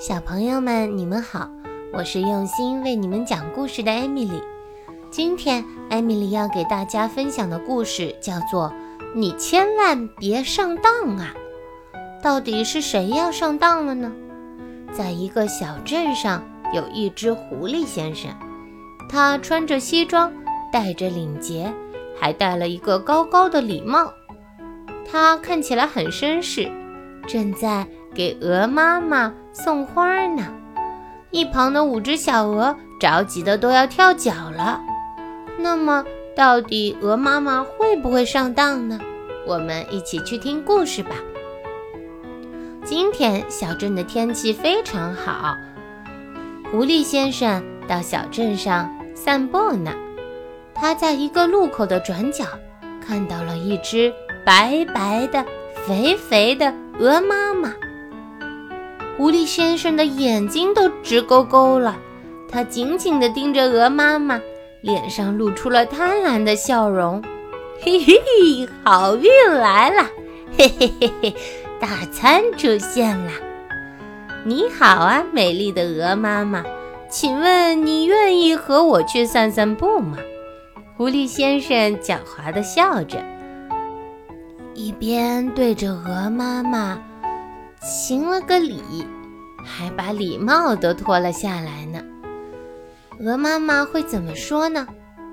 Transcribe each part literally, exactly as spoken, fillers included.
小朋友们，你们好，我是用心为你们讲故事的艾米丽。今天艾米丽要给大家分享的故事叫做你千万别上当啊。到底是谁要上当了呢？在一个小镇上有一只狐狸先生，他穿着西装，戴着领结，还戴了一个高高的礼帽。他看起来很绅士，正在给鹅妈妈送花呢。一旁的五只小鹅着急的都要跳脚了。那么到底鹅妈妈会不会上当呢？我们一起去听故事吧。今天小镇的天气非常好，狐狸先生到小镇上散步呢。他在一个路口的转角看到了一只白白的肥肥的鹅妈妈。狐狸先生的眼睛都直勾勾了，他紧紧地盯着鹅妈妈，脸上露出了贪婪的笑容。嘿嘿，好运来了，嘿嘿嘿嘿，大餐出现了。你好啊，美丽的鹅妈妈，请问你愿意和我去散散步吗？狐狸先生狡猾地笑着，一边对着鹅妈妈行了个礼，还把礼帽都脱了下来呢。鹅妈妈会怎么说呢？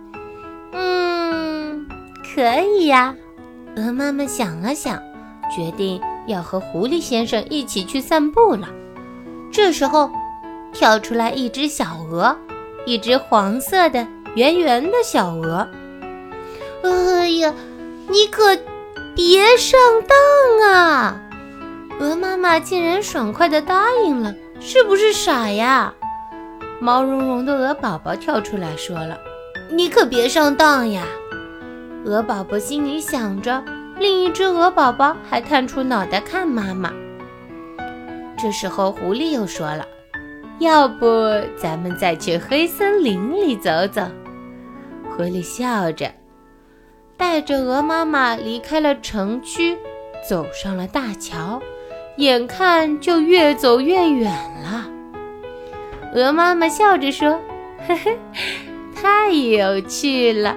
嗯，可以呀。鹅妈妈想了想，决定要和狐狸先生一起去散步了。这时候跳出来一只小鹅，一只黄色的圆圆的小鹅。哎呀，你可别上当啊！鹅妈妈竟然爽快地答应了，是不是傻呀？毛茸茸的鹅宝宝跳出来说了，你可别上当呀！鹅宝宝心里想着，另一只鹅宝宝还探出脑袋看妈妈。这时候狐狸又说了，要不咱们再去黑森林里走走。狐狸笑着带着鹅妈妈离开了城区，走上了大桥，眼看就越走越远了。鹅妈妈笑着说，呵呵，太有趣了。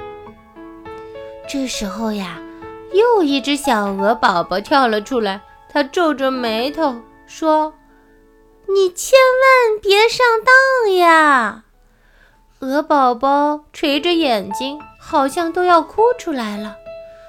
这时候呀，又一只小鹅宝宝跳了出来，它皱着眉头说，你千万别上当呀！鹅宝宝垂着眼睛，好像都要哭出来了。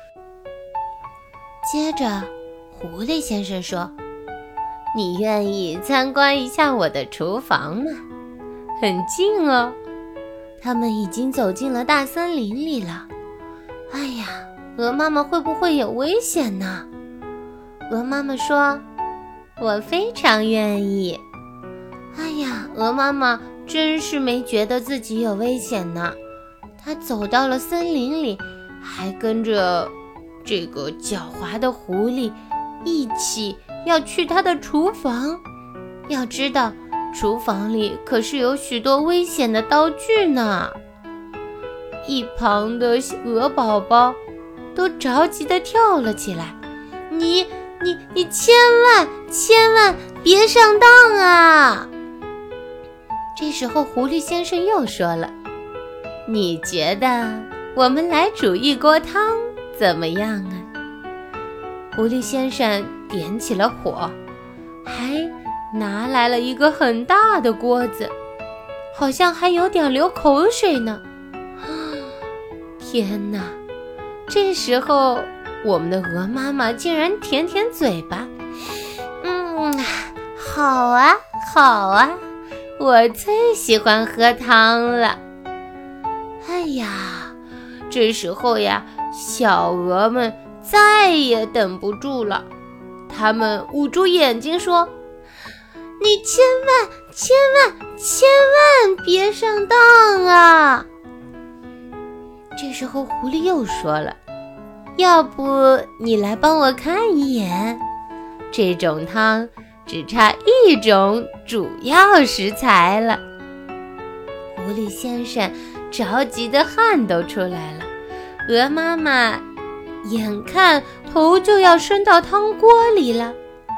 接着狐狸先生说，你愿意参观一下我的厨房吗？很近哦。他们已经走进了大森林里了。哎呀，鹅妈妈会不会有危险呢？鹅妈妈说，我非常愿意。哎呀，鹅妈妈真是没觉得自己有危险呢。她走到了森林里，还跟着这个狡猾的狐狸一起要去他的厨房。要知道，厨房里可是有许多危险的刀具呢。一旁的鹅宝宝都着急地跳了起来，你你你千万千万别上当啊！这时候狐狸先生又说了，你觉得我们来煮一锅汤怎么样啊？狐狸先生点起了火，还拿来了一个很大的锅子，好像还有点流口水呢。天哪！这时候我们的鹅妈妈竟然舔舔嘴巴，嗯，好啊好啊，我最喜欢喝汤了。哎呀，这时候呀，小鹅们再也等不住了，他们捂住眼睛说，你千万千万千万别上当啊！这时候狐狸又说了，要不你来帮我看一眼，这种汤只差一种主要食材了。狐狸先生着急的汗都出来了，鹅妈妈眼看头就要伸到汤锅里了。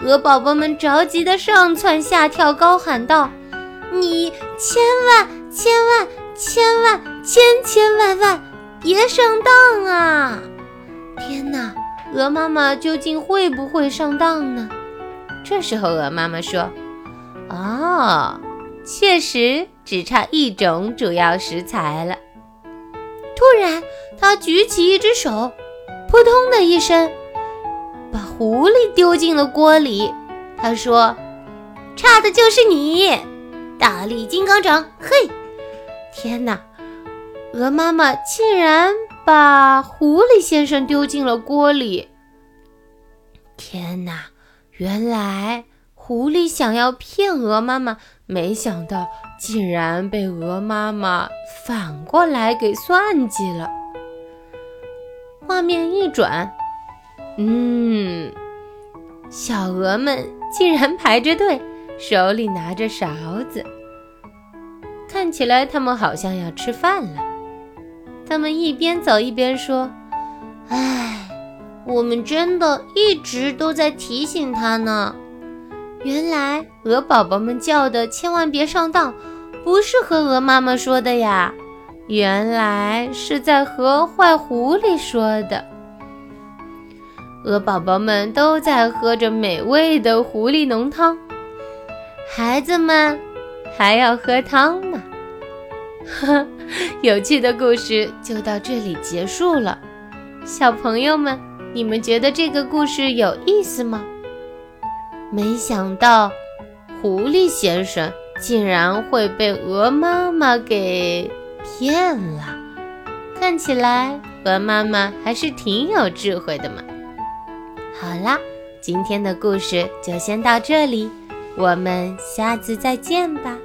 鹅宝宝们着急地上蹿下跳，高喊道：你千万千万千万千千万万别上当啊！天哪，鹅妈妈究竟会不会上当呢？这时候鹅妈妈说：哦，确实只差一种主要食材了。突然她举起一只手，扑通的一声把狐狸丢进了锅里。她说：差的就是你，大力金刚掌！嘿，天哪，鹅妈妈竟然把狐狸先生丢进了锅里。天哪，原来狐狸想要骗鹅妈妈，没想到竟然被鹅妈妈反过来给算计了。画面一转，嗯，小鹅们竟然排着队，手里拿着勺子，看起来他们好像要吃饭了。他们一边走一边说：唉，我们真的一直都在提醒他呢。原来鹅宝宝们叫的千万别上当，不是和鹅妈妈说的呀，原来是在和坏狐狸说的。鹅宝宝们都在喝着美味的狐狸浓汤，孩子们还要喝汤呢。呵，有趣的故事就到这里结束了。小朋友们，你们觉得这个故事有意思吗？没想到狐狸先生竟然会被鹅妈妈给骗了，看起来鹅妈妈还是挺有智慧的嘛。好啦，今天的故事就先到这里，我们下次再见吧。